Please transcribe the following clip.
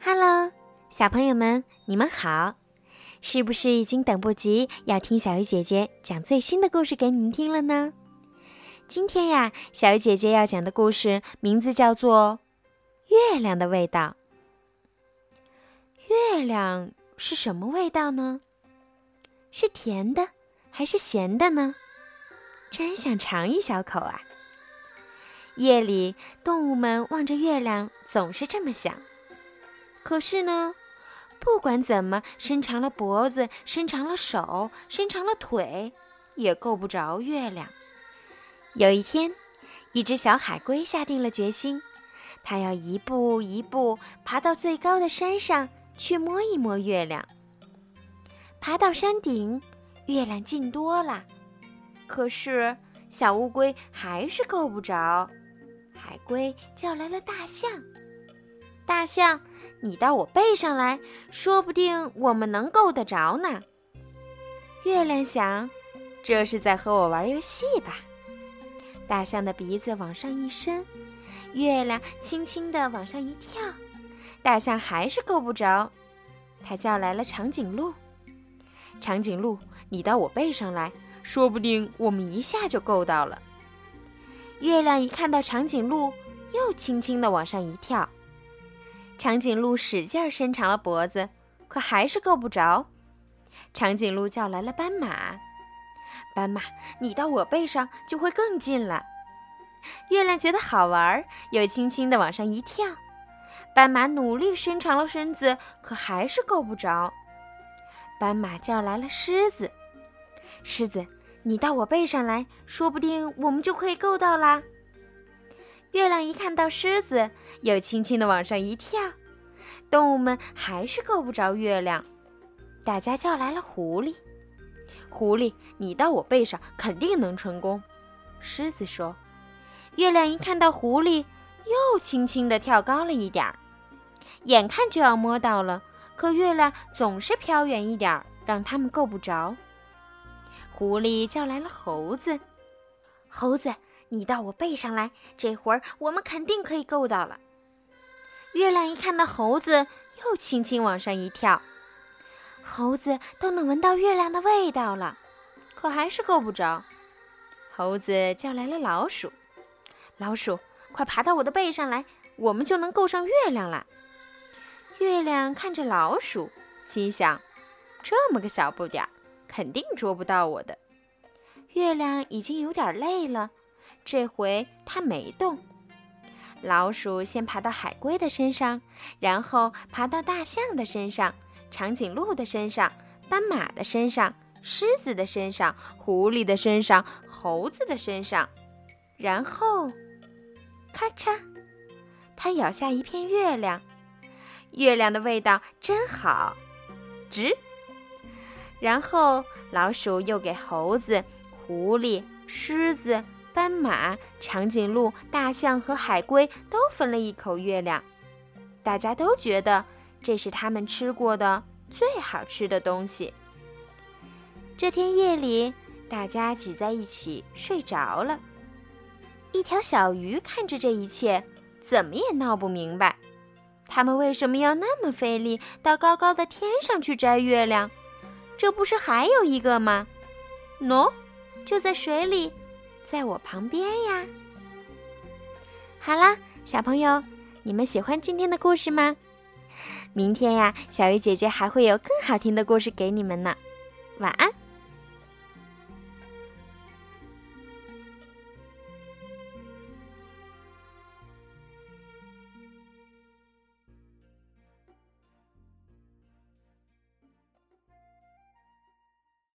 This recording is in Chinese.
Hello， 小朋友们，你们好！是不是已经等不及要听小鱼姐姐讲最新的故事给你们听了呢？今天呀，小鱼姐姐要讲的故事名字叫做《月亮的味道》。月亮是什么味道呢？是甜的还是咸的呢？真想尝一小口啊！夜里，动物们望着月亮，总是这么想。可是呢，不管怎么伸长了脖子，伸长了手，伸长了腿，也够不着月亮。有一天，一只小海龟下定了决心，它要一步一步爬到最高的山上去摸一摸月亮。爬到山顶，月亮近多了，可是小乌龟还是够不着。海龟叫来了大象，大象，你到我背上来，说不定我们能够得着呢。月亮想，这是在和我玩游戏吧。大象的鼻子往上一伸，月亮轻轻地往上一跳，大象还是够不着。它叫来了长颈鹿，长颈鹿，你到我背上来，说不定我们一下就够到了。月亮一看到长颈鹿，又轻轻地往上一跳。长颈鹿使劲伸长了脖子，可还是够不着。长颈鹿叫来了斑马，斑马，你到我背上就会更近了。月亮觉得好玩，又轻轻地往上一跳。斑马努力伸长了身子，可还是够不着。斑马叫来了狮子，狮子，你到我背上来，说不定我们就可以够到啦。月亮一看到狮子，又轻轻地往上一跳。动物们还是够不着月亮，大家叫来了狐狸，狐狸，你到我背上肯定能成功。狮子说。月亮一看到狐狸，又轻轻地跳高了一点儿，眼看就要摸到了，可月亮总是飘远一点，让它们够不着。狐狸叫来了猴子，猴子，你到我背上来，这会儿我们肯定可以够到了。月亮一看到猴子，又轻轻往上一跳，猴子都能闻到月亮的味道了，可还是够不着。猴子叫来了老鼠，老鼠，快爬到我的背上来，我们就能够上月亮了。月亮看着老鼠，心想，这么个小不点儿，肯定捉不到我的。月亮已经有点累了，这回它没动。老鼠先爬到海龟的身上，然后爬到大象的身上，长颈鹿的身上，斑马的身上，狮子的身上，狐狸的身上，猴子的身上，然后咔嚓，它咬下一片月亮。月亮的味道真好，吱。然后老鼠又给猴子、狐狸、狮子、斑马、长颈鹿、大象和海龟都分了一口月亮，大家都觉得这是他们吃过的最好吃的东西。这天夜里，大家挤在一起睡着了。一条小鱼看着这一切，怎么也闹不明白，他们为什么要那么费力到高高的天上去摘月亮？这不是还有一个吗？喏，就在水里，在我旁边呀。好啦，小朋友，你们喜欢今天的故事吗？明天呀，小鱼姐姐还会有更好听的故事给你们呢。晚安。